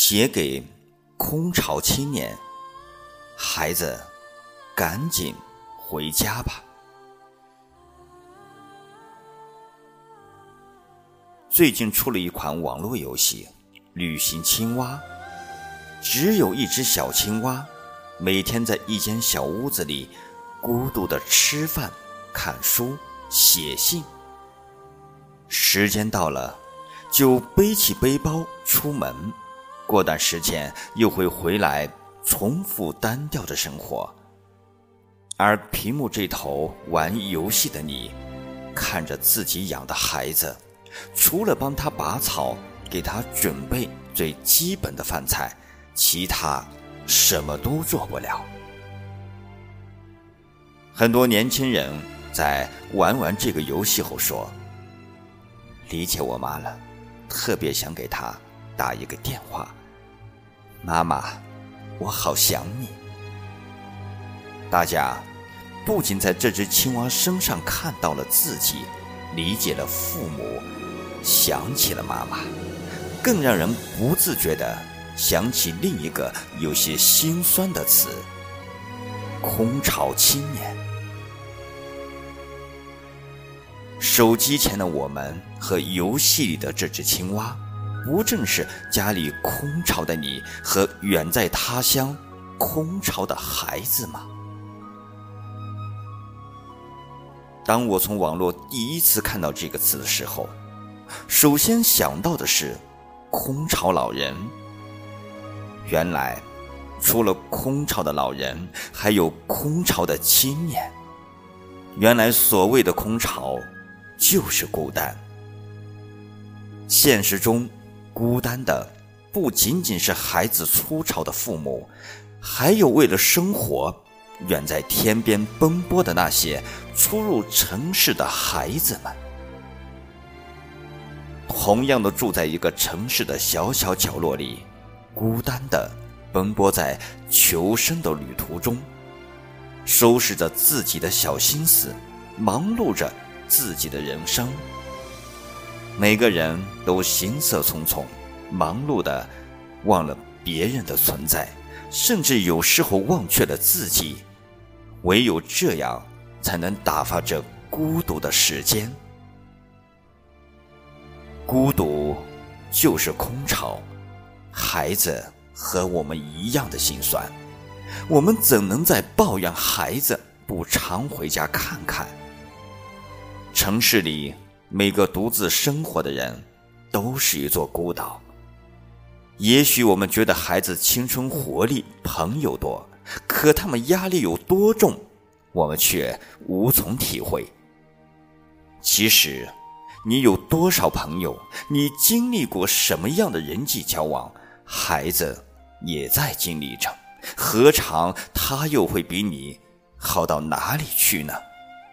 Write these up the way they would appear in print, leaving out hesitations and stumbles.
写给空巢青年，孩子，赶紧回家吧。最近出了一款网络游戏《旅行青蛙》，只有一只小青蛙，每天在一间小屋子里孤独地吃饭、看书、写信。时间到了，就背起背包出门，过段时间又会回来，重复单调的生活。而屏幕这头玩游戏的你，看着自己养的孩子，除了帮他拔草，给他准备最基本的饭菜，其他什么都做不了。很多年轻人在玩完这个游戏后说，理解我妈了，特别想给她打一个电话，妈妈，我好想你。大家不仅在这只青蛙身上看到了自己，理解了父母，想起了妈妈，更让人不自觉地想起另一个有些心酸的词：空巢青年。手机前的我们和游戏里的这只青蛙，不正是家里空巢的你和远在他乡空巢的孩子吗？当我从网络第一次看到这个词的时候，首先想到的是空巢老人。原来除了空巢的老人，还有空巢的青年。原来所谓的空巢就是孤单。现实中孤单的不仅仅是孩子出巢的父母，还有为了生活远在天边奔波的那些出入城市的孩子们。同样的住在一个城市的小小角落里，孤单地奔波在求生的旅途中，收拾着自己的小心思，忙碌着自己的人生。每个人都行色匆匆，忙碌地忘了别人的存在，甚至有时候忘却了自己。唯有这样，才能打发这孤独的时间。孤独就是空巢，孩子和我们一样的心酸。我们怎能在抱怨孩子不常回家看看？城市里每个独自生活的人都是一座孤岛。也许我们觉得孩子青春活力，朋友多，可他们压力有多重，我们却无从体会。其实你有多少朋友，你经历过什么样的人际交往，孩子也在经历着，何尝他又会比你好到哪里去呢？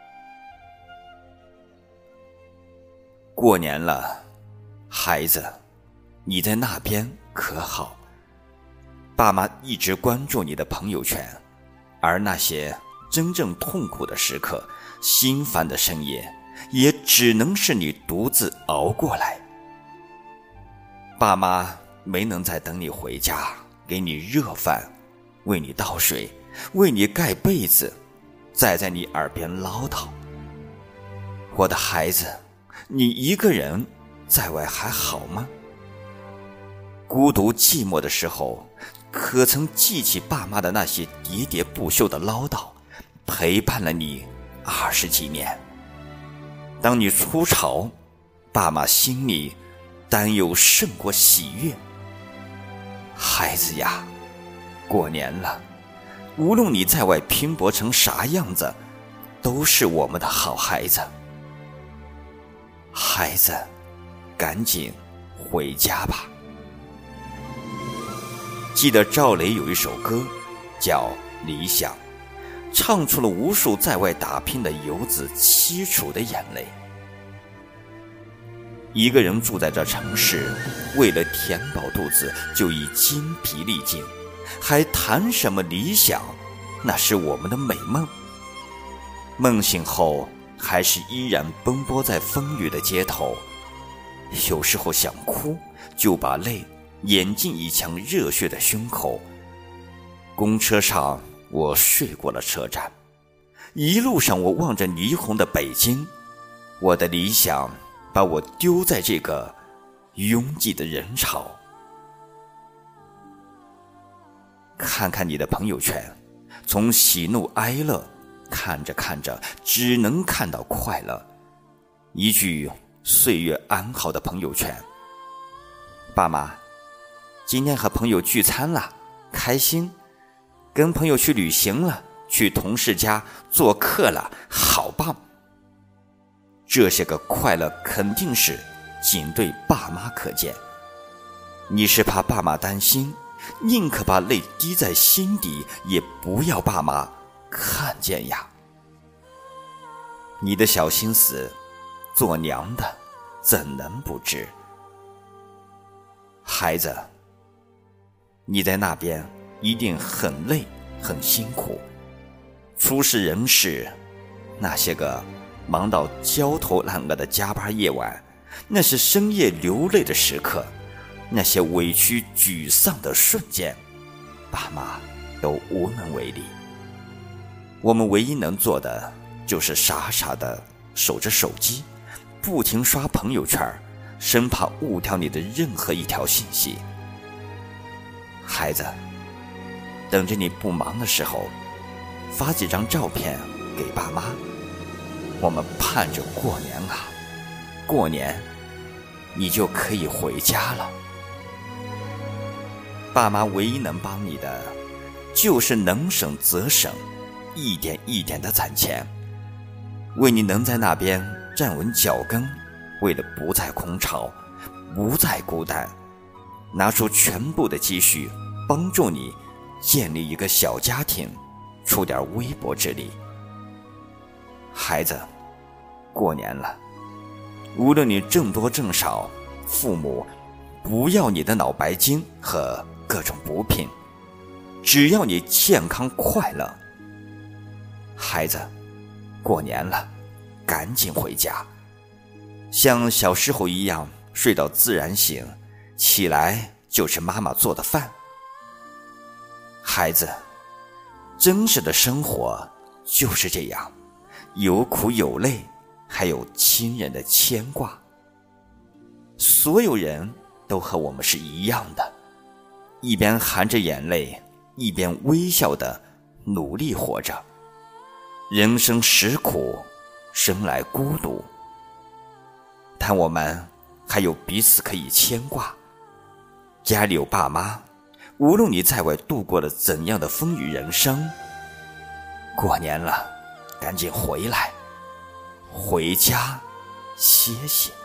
过年了，孩子，你在那边可好？爸妈一直关注你的朋友圈，而那些真正痛苦的时刻，心烦的深夜，也只能是你独自熬过来。爸妈没能再等你回家，给你热饭，为你倒水，为你盖被子，再在你耳边唠叨。我的孩子，你一个人在外还好吗？孤独寂寞的时候，可曾记起爸妈的那些喋喋不休的唠叨，陪伴了你20几年。当你出巢，爸妈心里担忧胜过喜悦。孩子呀，过年了，无论你在外拼搏成啥样子，都是我们的好孩子。孩子，赶紧回家吧。记得赵雷有一首歌叫《理想》，唱出了无数在外打拼的游子凄楚的眼泪。一个人住在这城市，为了填饱肚子就已精疲力尽，还谈什么理想？那是我们的美梦。梦醒后，还是依然奔波在风雨的街头。有时候想哭，就把泪眼进一腔热血的胸口。公车上，我睡过了车站，一路上我望着霓虹的北京，我的理想把我丢在这个拥挤的人潮。看看你的朋友圈，从喜怒哀乐，看着看着只能看到快乐。一句岁月安好的朋友圈，爸妈今天和朋友聚餐了，开心，跟朋友去旅行了，去同事家做客了，好棒。这些个快乐肯定是仅对爸妈可见，你是怕爸妈担心，宁可把泪滴在心底，也不要爸妈看见呀。你的小心思，做娘的怎能不知？孩子，你在那边一定很累很辛苦，出事人事，那些个忙到焦头烂额的加班夜晚，那是深夜流泪的时刻，那些委屈沮丧的瞬间，爸妈都无能为力。我们唯一能做的就是傻傻的守着手机，不停刷朋友圈，生怕误掉你的任何一条信息。孩子，等着你不忙的时候，发几张照片给爸妈。我们盼着过年啊，过年你就可以回家了。爸妈唯一能帮你的，就是能省则省，一点一点的攒钱，为你能在那边站稳脚跟，为了不再空巢，不再孤单，拿出全部的积蓄，帮助你建立一个小家庭，出点微薄之力。孩子，过年了，无论你挣多挣少，父母不要你的脑白金和各种补品，只要你健康快乐。孩子，过年了，赶紧回家，像小时候一样睡到自然醒，起来就是妈妈做的饭。孩子，真实的生活就是这样，有苦有泪，还有亲人的牵挂。所有人都和我们是一样的，一边含着眼泪，一边微笑的努力活着。人生实苦，生来孤独，但我们还有彼此可以牵挂。家里有爸妈，无论你在外度过了怎样的风雨人生，过年了，赶紧回来，回家歇歇。